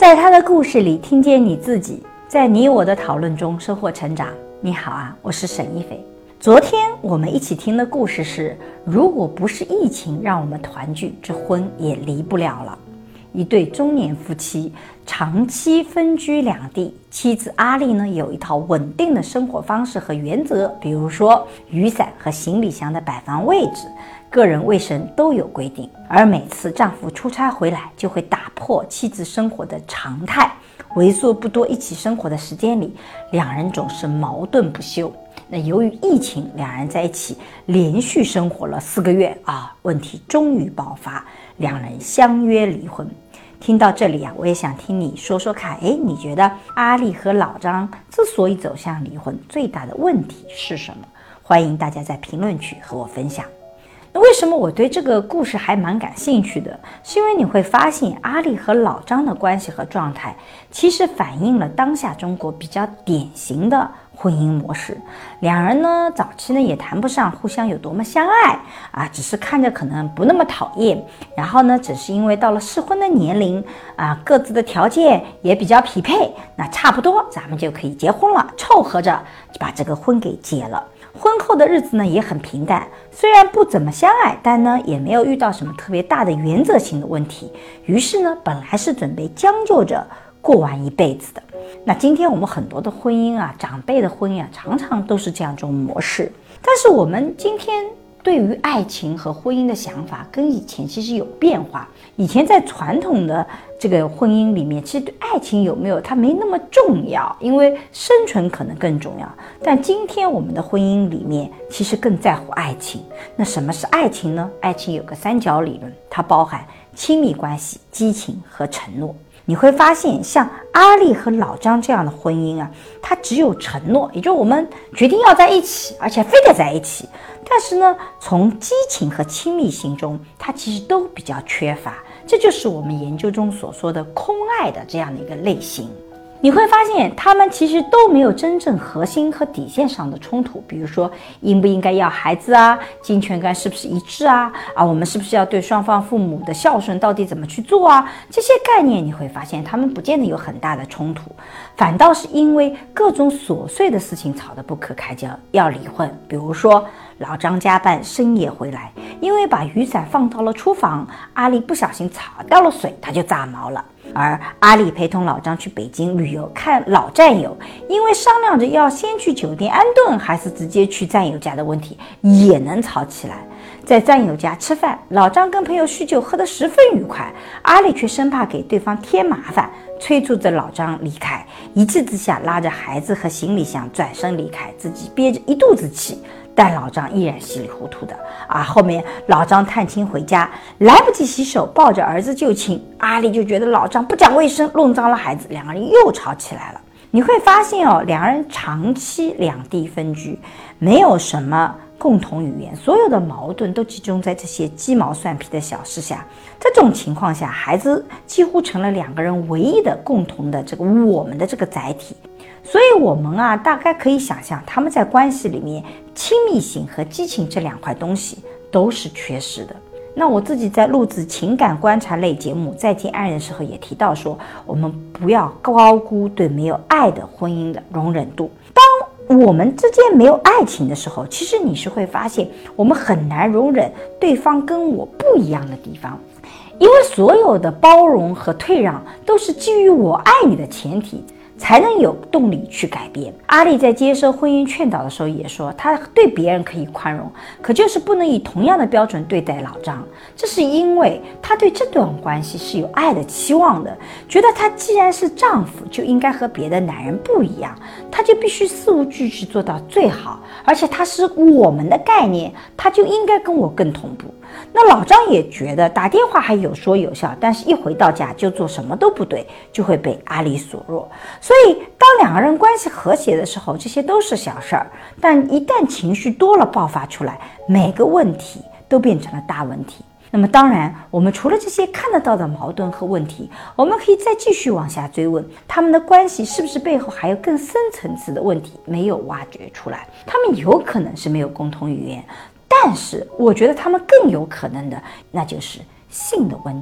在他的故事里听见你自己，在你我的讨论中收获成长。你好啊，我是沈一菲。昨天我们一起听的故事是，如果不是疫情让我们团聚，这婚也离不了了。一对中年夫妻长期分居两地，妻子阿丽呢有一套稳定的生活方式和原则，比如说雨伞和行李箱的摆放位置，个人卫生都有规定。而每次丈夫出差回来，就会打破妻子生活的常态。为数不多一起生活的时间里，两人总是矛盾不休。那由于疫情，两人在一起连续生活了4个月问题终于爆发，两人相约离婚。听到这里我也想听你说说看，你觉得阿丽和老张之所以走向离婚，最大的问题是什么？欢迎大家在评论区和我分享。那为什么我对这个故事还蛮感兴趣的？是因为你会发现阿丽和老张的关系和状态，其实反映了当下中国比较典型的婚姻模式。两人呢，早期呢也谈不上互相有多么相爱只是看着可能不那么讨厌。然后呢，只是因为到了适婚的年龄各自的条件也比较匹配，那差不多咱们就可以结婚了，凑合着就把这个婚给结了。婚后的日子呢也很平淡，虽然不怎么相爱，但呢也没有遇到什么特别大的原则性的问题。于是呢，本来是准备将就着过完一辈子的。那今天我们很多的婚姻长辈的婚姻常常都是这样一种模式。但是我们今天对于爱情和婚姻的想法跟以前其实有变化。以前在传统的这个婚姻里面，其实对爱情有没有它没那么重要，因为生存可能更重要。但今天我们的婚姻里面其实更在乎爱情。那什么是爱情呢？爱情有个3角理论，它包含亲密关系、激情和承诺。你会发现像阿丽和老张这样的婚姻它只有承诺，也就是我们决定要在一起，而且非得在一起。但是呢，从激情和亲密性中，它其实都比较缺乏。这就是我们研究中所说的空爱的这样的一个类型。你会发现他们其实都没有真正核心和底线上的冲突，比如说应不应该要孩子金钱观是不是一致我们是不是要对双方父母的孝顺到底怎么去做这些概念你会发现他们不见得有很大的冲突，反倒是因为各种琐碎的事情吵得不可开交要离婚。比如说老张加班深夜回来，因为把雨伞放到了厨房，阿丽不小心洒掉了水，他就炸毛了。而阿丽陪同老张去北京旅游看老战友，因为商量着要先去酒店安顿还是直接去战友家的问题，也能吵起来。在战友家吃饭，老张跟朋友叙旧，喝得十分愉快，阿丽却生怕给对方添麻烦，催促着老张离开，一气之下拉着孩子和行李箱转身离开，自己憋着一肚子气。但老张依然稀里糊涂的后面老张探亲回家，来不及洗手，抱着儿子就亲，阿丽就觉得老张不讲卫生，弄脏了孩子，两个人又吵起来了。你会发现两人长期两地分居，没有什么共同语言，所有的矛盾都集中在这些鸡毛蒜皮的小事下。这种情况下，孩子几乎成了两个人唯一的共同的我们的这个载体。所以我们大概可以想象，他们在关系里面亲密性和激情这2块东西都是缺失的。那我自己在录制情感观察类节目《再见爱人》的时候也提到说，我们不要高估对没有爱的婚姻的容忍度。当我们之间没有爱情的时候，其实你是会发现我们很难容忍对方跟我不一样的地方，因为所有的包容和退让都是基于我爱你的前提，才能有动力去改变。阿丽在接受婚姻劝导的时候也说，她对别人可以宽容，可就是不能以同样的标准对待老张。这是因为她对这段关系是有爱的期望的，觉得他既然是丈夫，就应该和别的男人不一样，他就必须事无巨细做到最好，而且他是我们的概念，他就应该跟我更同步。那老张也觉得打电话还有说有笑，但是一回到家就做什么都不对，就会被阿丽所弱。所以当两个人关系和谐的时候，这些都是小事儿，但一旦情绪多了爆发出来，每个问题都变成了大问题。那么当然，我们除了这些看得到的矛盾和问题，我们可以再继续往下追问，他们的关系是不是背后还有更深层次的问题没有挖掘出来？他们有可能是没有共同语言，但是我觉得他们更有可能的，那就是性的问题。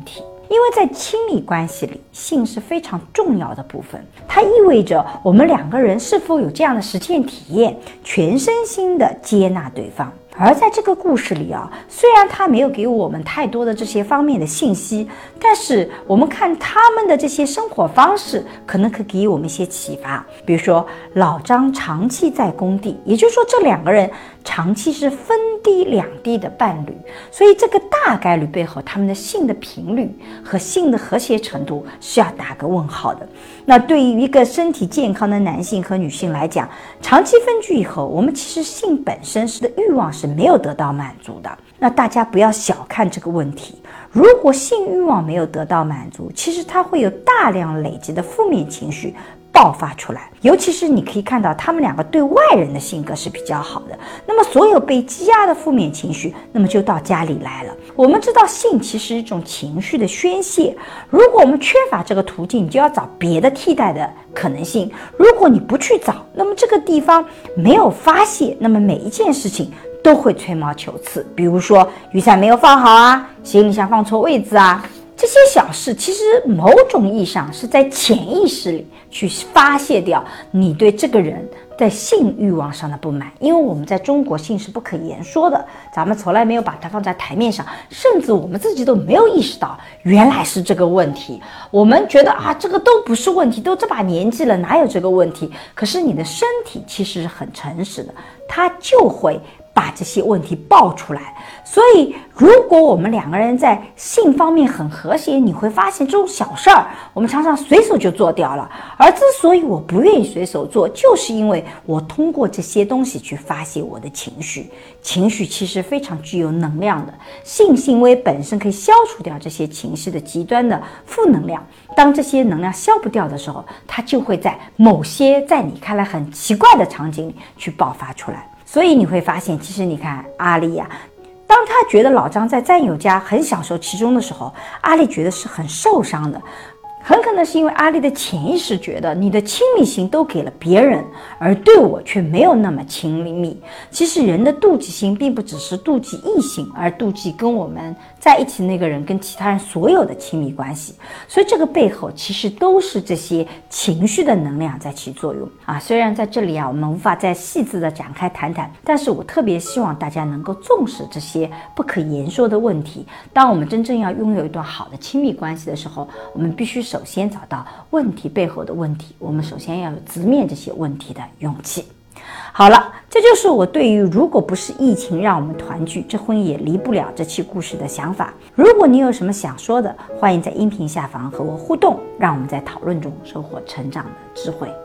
因为在亲密关系里，性是非常重要的部分，它意味着我们两个人是否有这样的实践体验，全身心的接纳对方。而在这个故事里啊，虽然他没有给我们太多的这些方面的信息，但是我们看他们的这些生活方式，可能可以给我们一些启发。比如说，老张长期在工地，也就是说这两个人长期是分地两地的伴侣，所以这个大概率背后他们的性的频率和性的和谐程度是要打个问号的。那对于一个身体健康的男性和女性来讲，长期分居以后，我们其实性本身的欲望是没有得到满足的。那大家不要小看这个问题，如果性欲望没有得到满足，其实它会有大量累积的负面情绪爆发出来，尤其是你可以看到他们两个对外人的性格是比较好的，那么所有被积压的负面情绪，那么就到家里来了。我们知道性其实是一种情绪的宣泄，如果我们缺乏这个途径，你就要找别的替代的可能性。如果你不去找，那么这个地方没有发泄，那么每一件事情都会吹毛求疵。比如说雨伞没有放好啊，行李箱放错位置啊，这些小事其实某种意义上是在潜意识里去发泄掉你对这个人在性欲望上的不满。因为我们在中国性是不可言说的，咱们从来没有把它放在台面上，甚至我们自己都没有意识到原来是这个问题。我们觉得啊，这个都不是问题，都这把年纪了，哪有这个问题？可是你的身体其实是很诚实的，它就会把这些问题爆出来。所以如果我们两个人在性方面很和谐，你会发现这种小事儿我们常常随手就做掉了。而之所以我不愿意随手做，就是因为我通过这些东西去发泄我的情绪。情绪其实非常具有能量的，性行为本身可以消除掉这些情绪的极端的负能量。当这些能量消不掉的时候，它就会在某些在你看来很奇怪的场景里去爆发出来。所以你会发现，其实你看阿丽啊，当他觉得老张在战友家很享受其中的时候，阿丽觉得是很受伤的。很可能是因为阿丽的潜意识觉得你的亲密性都给了别人，而对我却没有那么亲密。其实人的妒忌心并不只是妒忌异性，而妒忌跟我们在一起那个人跟其他人所有的亲密关系。所以这个背后其实都是这些情绪的能量在起作用啊。虽然在这里啊我们无法再细致的展开谈谈，但是我特别希望大家能够重视这些不可言说的问题。当我们真正要拥有一段好的亲密关系的时候，我们必须首先找到问题背后的问题，我们首先要有直面这些问题的勇气。好了，这就是我对于如果不是疫情让我们团聚，这婚也离不了这期故事的想法。如果你有什么想说的，欢迎在音频下方和我互动，让我们在讨论中收获成长的智慧。